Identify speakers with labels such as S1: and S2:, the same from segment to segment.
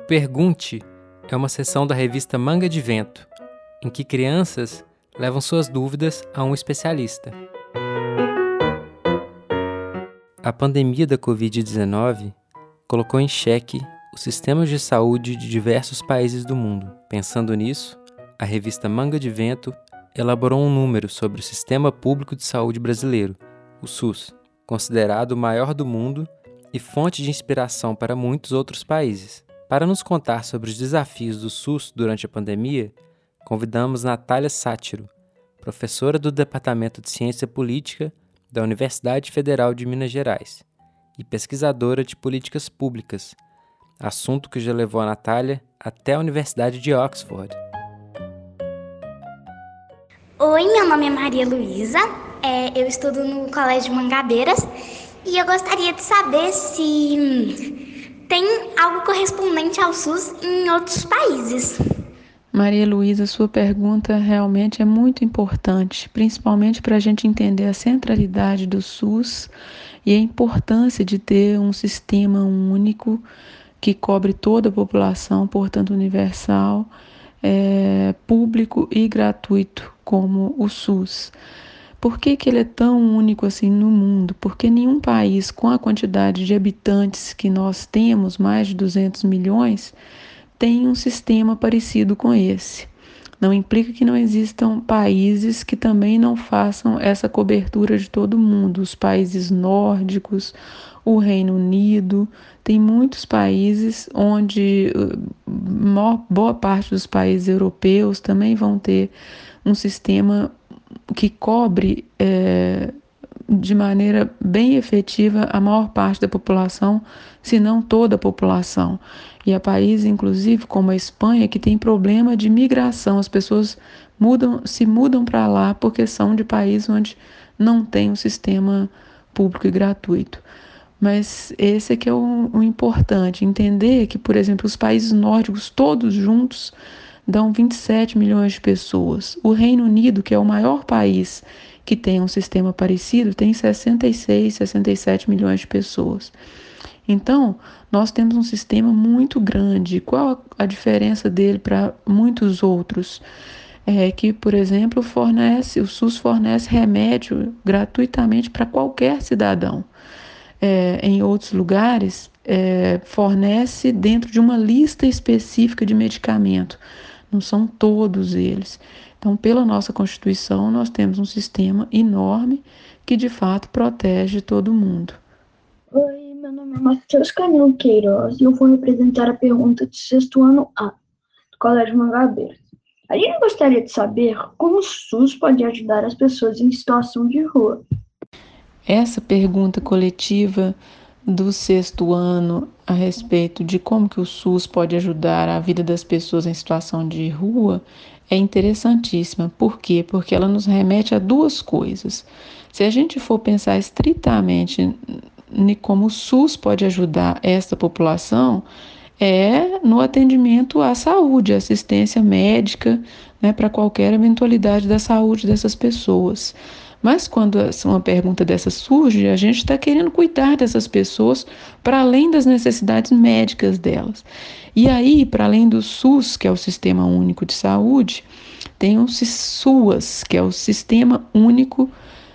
S1: Pergunte é uma seção da revista Manga de Vento, em que crianças levam suas dúvidas a um especialista. A pandemia da Covid-19 colocou em xeque os sistemas de saúde de diversos países do mundo. Pensando nisso, a revista Manga de Vento elaborou um número sobre o Sistema Público de Saúde brasileiro, o SUS, considerado o maior do mundo e fonte de inspiração para muitos outros países. Para nos contar sobre os desafios do SUS durante a pandemia, convidamos Natália Sátiro, professora do Departamento de Ciência Política da Universidade Federal de Minas Gerais e pesquisadora de políticas públicas, assunto que já levou a Natália até a Universidade de Oxford.
S2: Oi, meu nome é Maria Luísa, eu estudo no Colégio Mangabeiras e eu gostaria de saber se tem algo correspondente ao SUS em outros países.
S3: Maria Luísa, sua pergunta realmente é muito importante, principalmente para a gente entender a centralidade do SUS e a importância de ter um sistema único que cobre toda a população, portanto universal, público e gratuito como o SUS. Por que ele é tão único assim no mundo? Porque nenhum país com a quantidade de habitantes que nós temos, mais de 200 milhões, tem um sistema parecido com esse. Não implica que não existam países que também não façam essa cobertura de todo mundo. Os países nórdicos, o Reino Unido, tem muitos países onde boa parte dos países europeus também vão ter um sistema que cobre de maneira bem efetiva a maior parte da população, se não toda a população. E há países, inclusive, como a Espanha, que tem problema de migração. As pessoas se mudam para lá porque são de países onde não tem um sistema público e gratuito. Mas esse é que é o importante, entender que, por exemplo, os países nórdicos todos juntos dão 27 milhões de pessoas. O Reino Unido, que é o maior país que tem um sistema parecido, tem 66, 67 milhões de pessoas. Então, nós temos um sistema muito grande. Qual a diferença dele para muitos outros? É que, por exemplo, o SUS fornece remédio gratuitamente para qualquer cidadão. Em outros lugares, fornece dentro de uma lista específica de medicamento. Não são todos eles. Então, pela nossa Constituição, nós temos um sistema enorme que, de fato, protege todo mundo.
S4: Oi, meu nome é Matheus Canil Queiroz e eu vou representar a pergunta de sexto ano A, do Colégio Mangabeiras. A gente gostaria de saber como o SUS pode ajudar as pessoas em situação de rua.
S3: Essa pergunta coletiva do sexto ano a respeito de como que o SUS pode ajudar a vida das pessoas em situação de rua é interessantíssima. Por quê? Porque ela nos remete a duas coisas. Se a gente for pensar estritamente em como o SUS pode ajudar esta população, no atendimento à saúde, assistência médica, para qualquer eventualidade da saúde dessas pessoas. Mas quando uma pergunta dessa surge, a gente está querendo cuidar dessas pessoas para além das necessidades médicas delas. E aí, para além do SUS, que é o Sistema Único de Saúde, tem o SUAS, que é o Sistema Único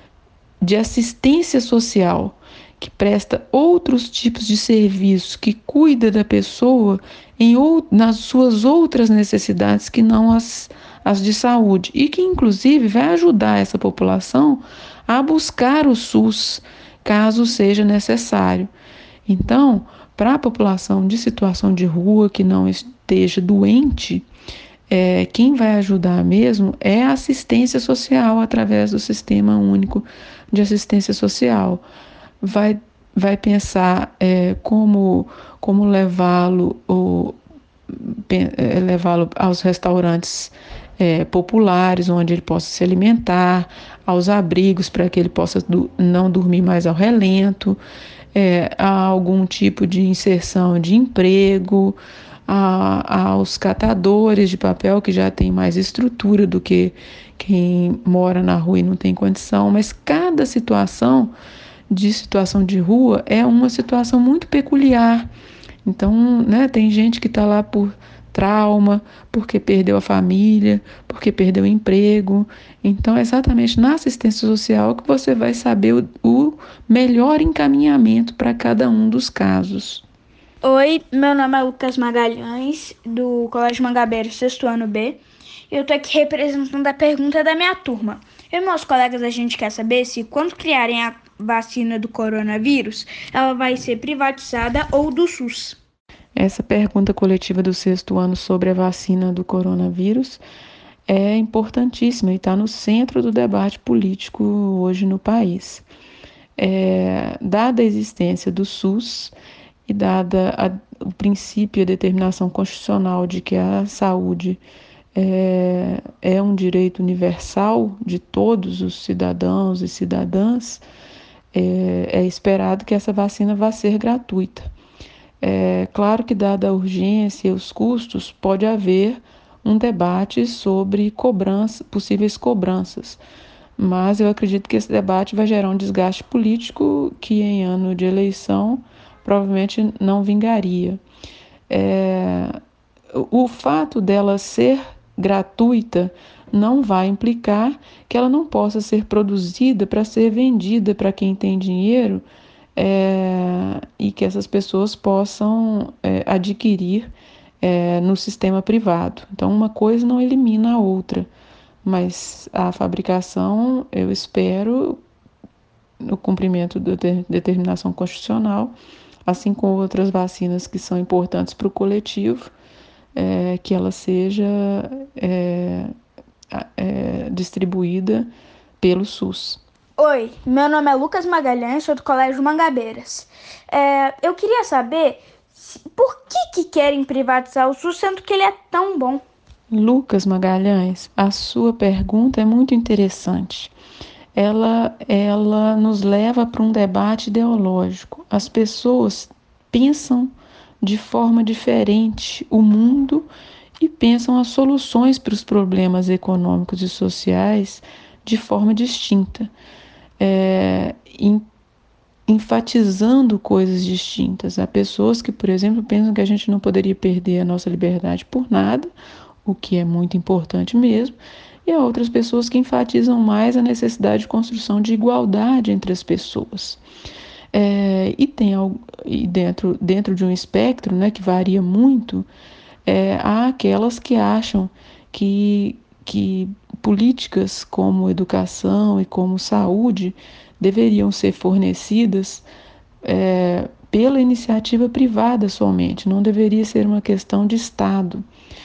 S3: de Assistência Social, que presta outros tipos de serviços, que cuida da pessoa nas suas outras necessidades que não as de saúde, e que inclusive vai ajudar essa população a buscar o SUS, caso seja necessário. Então, para a população de situação de rua que não esteja doente, quem vai ajudar mesmo é a assistência social através do Sistema Único de Assistência Social. Vai pensar como levá-lo aos restaurantes populares, onde ele possa se alimentar, aos abrigos para que ele possa não dormir mais ao relento, a algum tipo de inserção de emprego, aos catadores de papel que já tem mais estrutura do que quem mora na rua e não tem condição, mas cada situação de rua é uma situação muito peculiar Então, né, tem gente que está lá por trauma, porque perdeu a família, porque perdeu o emprego. Então, é exatamente na assistência social que você vai saber o melhor encaminhamento para cada um dos casos.
S5: Oi, meu nome é Lucas Magalhães, do Colégio Mangabeira, sexto ano B. Eu tô aqui representando a pergunta da minha turma. Eu e meus colegas, a gente quer saber se quando criarem a vacina do coronavírus, ela vai ser privatizada ou do SUS.
S3: Essa pergunta coletiva do sexto ano sobre a vacina do coronavírus é importantíssima e está no centro do debate político hoje no país. Dada a existência do SUS e dada o princípio e a determinação constitucional de que a saúde é um direito universal de todos os cidadãos e cidadãs, é esperado que essa vacina vá ser gratuita. É claro que, dada a urgência e os custos, pode haver um debate sobre possíveis cobranças, mas eu acredito que esse debate vai gerar um desgaste político que, em ano de eleição, provavelmente não vingaria. O fato dela ser gratuita não vai implicar que ela não possa ser produzida para ser vendida para quem tem dinheiro, e que essas pessoas possam adquirir no sistema privado. Então, uma coisa não elimina a outra, mas a fabricação, eu espero, no cumprimento da determinação constitucional, assim como outras vacinas que são importantes para o coletivo, que ela seja distribuída pelo SUS.
S5: Oi, meu nome é Lucas Magalhães, sou do Colégio Mangabeiras. Eu queria saber por que querem privatizar o SUS, sendo que ele é tão bom.
S3: Lucas Magalhães, a sua pergunta é muito interessante. Ela nos leva para um debate ideológico. As pessoas pensam de forma diferente o mundo e pensam as soluções para os problemas econômicos e sociais de forma distinta, enfatizando coisas distintas. Há pessoas que, por exemplo, pensam que a gente não poderia perder a nossa liberdade por nada, o que é muito importante mesmo, e há outras pessoas que enfatizam mais a necessidade de construção de igualdade entre as pessoas. E dentro de um espectro, né, que varia muito, há aquelas que acham que políticas como educação e como saúde deveriam ser fornecidas pela iniciativa privada somente, não deveria ser uma questão de Estado.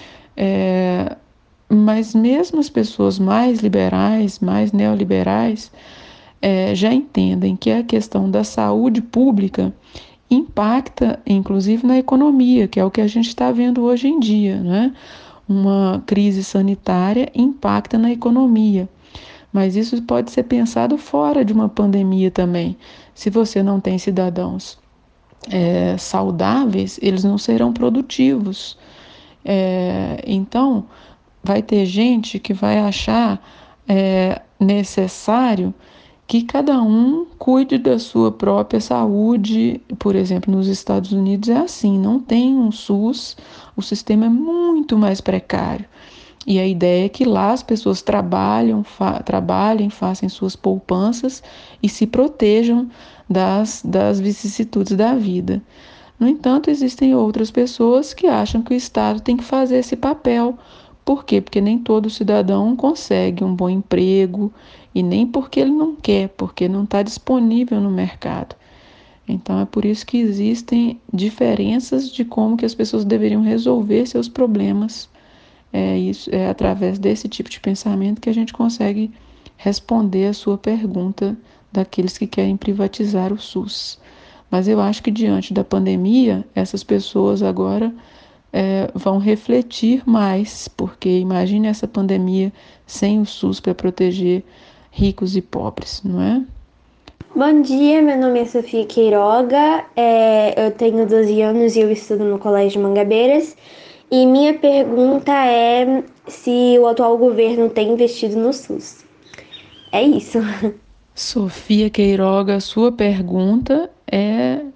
S3: Mas mesmo as pessoas mais liberais, mais neoliberais, já entendem que a questão da saúde pública impacta, inclusive, na economia, que é o que a gente está vendo hoje em dia, né? Uma crise sanitária impacta na economia, mas isso pode ser pensado fora de uma pandemia também. Se você não tem cidadãos saudáveis, eles não serão produtivos. Então, vai ter gente que vai achar necessário que cada um cuide da sua própria saúde. Por exemplo, nos Estados Unidos é assim, não tem um SUS, o sistema é muito mais precário. E a ideia é que lá as pessoas trabalhem, façam suas poupanças e se protejam das vicissitudes da vida. No entanto, existem outras pessoas que acham que o Estado tem que fazer esse papel. Por quê? Porque nem todo cidadão consegue um bom emprego, e nem porque ele não quer, porque não está disponível no mercado. Então, é por isso que existem diferenças de como que as pessoas deveriam resolver seus problemas. É através desse tipo de pensamento que a gente consegue responder a sua pergunta daqueles que querem privatizar o SUS. Mas eu acho que, diante da pandemia, essas pessoas agora vão refletir mais, porque imagine essa pandemia sem o SUS para proteger ricos e pobres, não é?
S6: Bom dia, meu nome é Sofia Queiroga, eu tenho 12 anos e eu estudo no Colégio Mangabeiras. E minha pergunta é se o atual governo tem investido no SUS. É isso.
S3: Sofia Queiroga, sua pergunta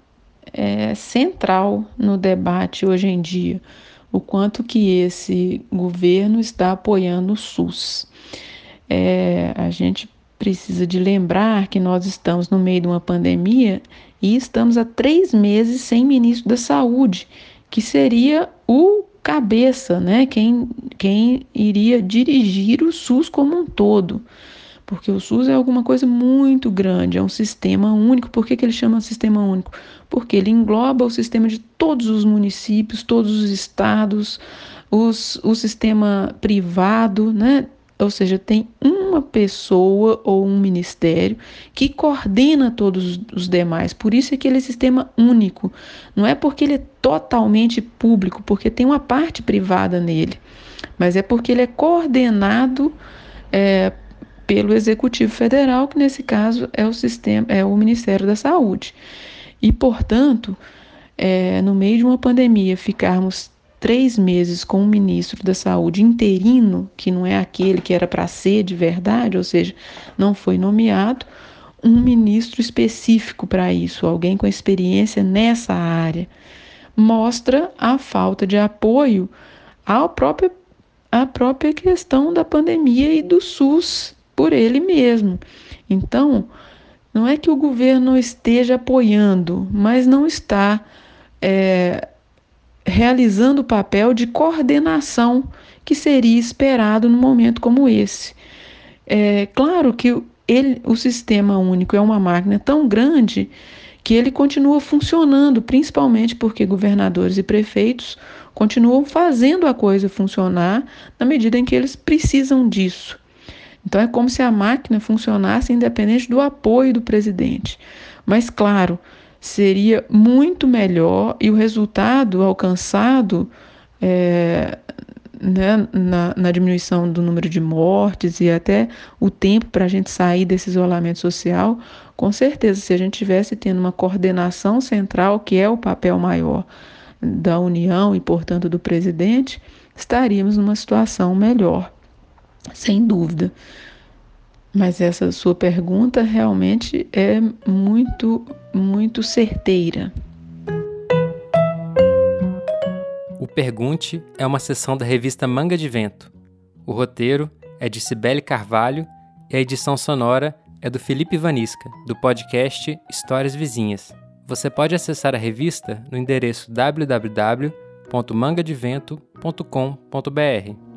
S3: central no debate hoje em dia, o quanto que esse governo está apoiando o SUS. A gente precisa de lembrar que nós estamos no meio de uma pandemia e estamos há 3 meses sem ministro da Saúde, que seria o cabeça, né? Quem iria dirigir o SUS como um todo. Porque o SUS é alguma coisa muito grande, é um sistema único. Por que ele chama sistema único? Porque ele engloba o sistema de todos os municípios, todos os estados, o sistema privado, né? Ou seja, tem uma pessoa ou um ministério que coordena todos os demais. Por isso é que ele é sistema único. Não é porque ele é totalmente público, porque tem uma parte privada nele, mas é porque ele é coordenado pelo Executivo Federal, que nesse caso é o Ministério da Saúde. E, portanto, no meio de uma pandemia, ficarmos 3 meses com um ministro da Saúde interino, que não é aquele que era para ser de verdade, ou seja, não foi nomeado um ministro específico para isso, alguém com experiência nessa área, mostra a falta de apoio à própria questão da pandemia e do SUS por ele mesmo. Então, não é que o governo esteja apoiando, mas não está realizando o papel de coordenação que seria esperado num momento como esse. Claro que o sistema único é uma máquina tão grande que ele continua funcionando, principalmente porque governadores e prefeitos continuam fazendo a coisa funcionar na medida em que eles precisam disso. Então é como se a máquina funcionasse independente do apoio do presidente. Mas, claro, seria muito melhor e o resultado alcançado na diminuição do número de mortes e até o tempo para a gente sair desse isolamento social, com certeza, se a gente estivesse tendo uma coordenação central, que é o papel maior da União e, portanto, do presidente, estaríamos numa situação melhor, sem dúvida. Mas essa sua pergunta realmente é muito, muito certeira.
S1: O Pergunte é uma seção da revista Manga de Vento. O roteiro é de Cibele Carvalho e a edição sonora é do Felipe Vanisca, do podcast Histórias Vizinhas. Você pode acessar a revista no endereço www.mangadevento.com.br.